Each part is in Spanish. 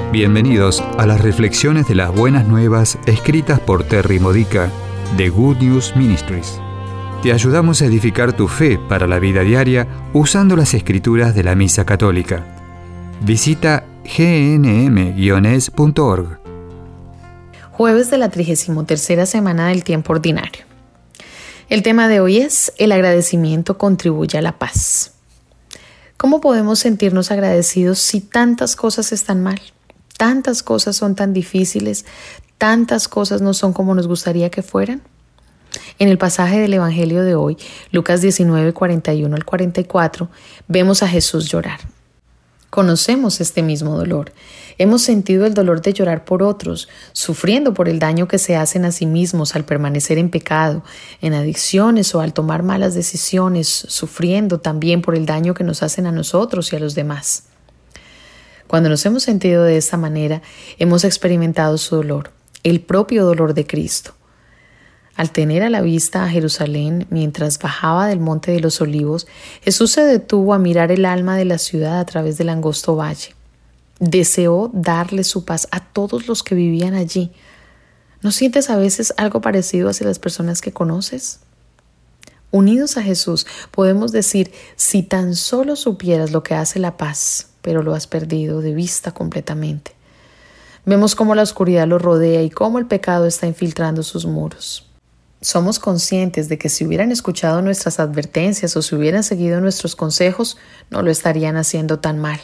Bienvenidos a las reflexiones de las buenas nuevas escritas por Terry Modica de Good News Ministries. Te ayudamos a edificar tu fe para la vida diaria usando las escrituras de la Misa Católica. Visita gnm-es.org. Jueves de la 33ª semana del tiempo ordinario. El tema de hoy es: el agradecimiento contribuye a la paz. ¿Cómo podemos sentirnos agradecidos si tantas cosas están mal? Tantas cosas son tan difíciles, tantas cosas no son como nos gustaría que fueran. En el pasaje del Evangelio de hoy, Lucas 19, 41 al 44, vemos a Jesús llorar. Conocemos este mismo dolor. Hemos sentido el dolor de llorar por otros, sufriendo por el daño que se hacen a sí mismos al permanecer en pecado, en adicciones o al tomar malas decisiones, sufriendo también por el daño que nos hacen a nosotros y a los demás. Cuando nos hemos sentido de esta manera, hemos experimentado su dolor, el propio dolor de Cristo. Al tener a la vista a Jerusalén mientras bajaba del Monte de los Olivos, Jesús se detuvo a mirar el alma de la ciudad a través del angosto valle. Deseó darle su paz a todos los que vivían allí. ¿No sientes a veces algo parecido hacia las personas que conoces? Unidos a Jesús, podemos decir: si tan solo supieras lo que hace la paz, pero lo has perdido de vista completamente. Vemos cómo la oscuridad lo rodea y cómo el pecado está infiltrando sus muros. Somos conscientes de que si hubieran escuchado nuestras advertencias o si hubieran seguido nuestros consejos, no lo estarían haciendo tan mal.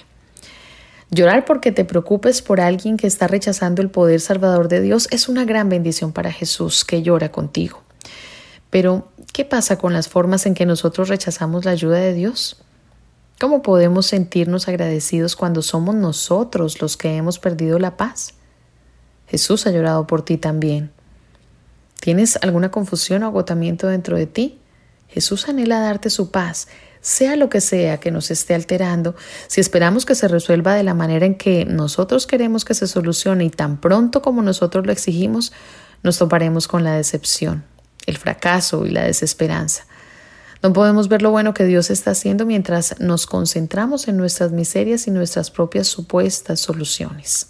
Llorar porque te preocupes por alguien que está rechazando el poder salvador de Dios es una gran bendición para Jesús, que llora contigo. Pero, ¿qué pasa con las formas en que nosotros rechazamos la ayuda de Dios? ¿Cómo podemos sentirnos agradecidos cuando somos nosotros los que hemos perdido la paz? Jesús ha llorado por ti también. ¿Tienes alguna confusión o agotamiento dentro de ti? Jesús anhela darte su paz, sea lo que sea que nos esté alterando. Si esperamos que se resuelva de la manera en que nosotros queremos que se solucione y tan pronto como nosotros lo exigimos, nos toparemos con la decepción, el fracaso y la desesperanza. No podemos ver lo bueno que Dios está haciendo mientras nos concentramos en nuestras miserias y nuestras propias supuestas soluciones.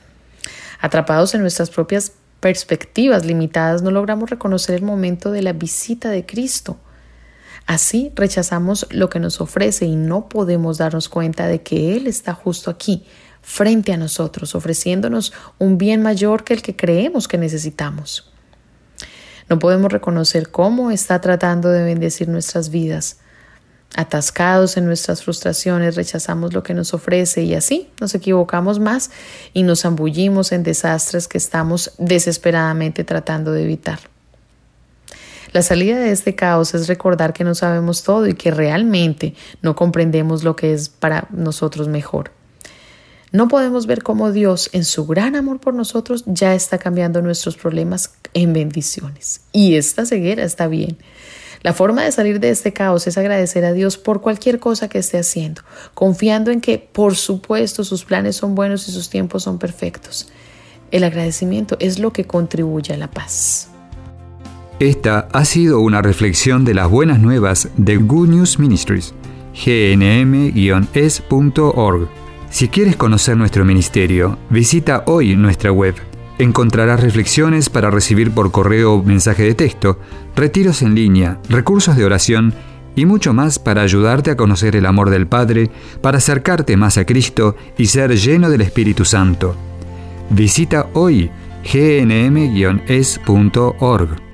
Atrapados en nuestras propias perspectivas limitadas, no logramos reconocer el momento de la visita de Cristo. Así rechazamos lo que nos ofrece y no podemos darnos cuenta de que Él está justo aquí, frente a nosotros, ofreciéndonos un bien mayor que el que creemos que necesitamos. No podemos reconocer cómo está tratando de bendecir nuestras vidas. Atascados en nuestras frustraciones, rechazamos lo que nos ofrece y así nos equivocamos más y nos zambullimos en desastres que estamos desesperadamente tratando de evitar. La salida de este caos es recordar que no sabemos todo y que realmente no comprendemos lo que es para nosotros mejor. No podemos ver cómo Dios, en su gran amor por nosotros, ya está cambiando nuestros problemas en bendiciones. Y esta ceguera está bien. La forma de salir de este caos es agradecer a Dios por cualquier cosa que esté haciendo, confiando en que, por supuesto, sus planes son buenos y sus tiempos son perfectos. El agradecimiento es lo que contribuye a la paz. Esta ha sido una reflexión de las buenas nuevas de Good News Ministries, gnm-es.org. Si quieres conocer nuestro ministerio, visita hoy nuestra web. Encontrarás reflexiones para recibir por correo o mensaje de texto, retiros en línea, recursos de oración y mucho más para ayudarte a conocer el amor del Padre, para acercarte más a Cristo y ser lleno del Espíritu Santo. Visita hoy gnm-es.org.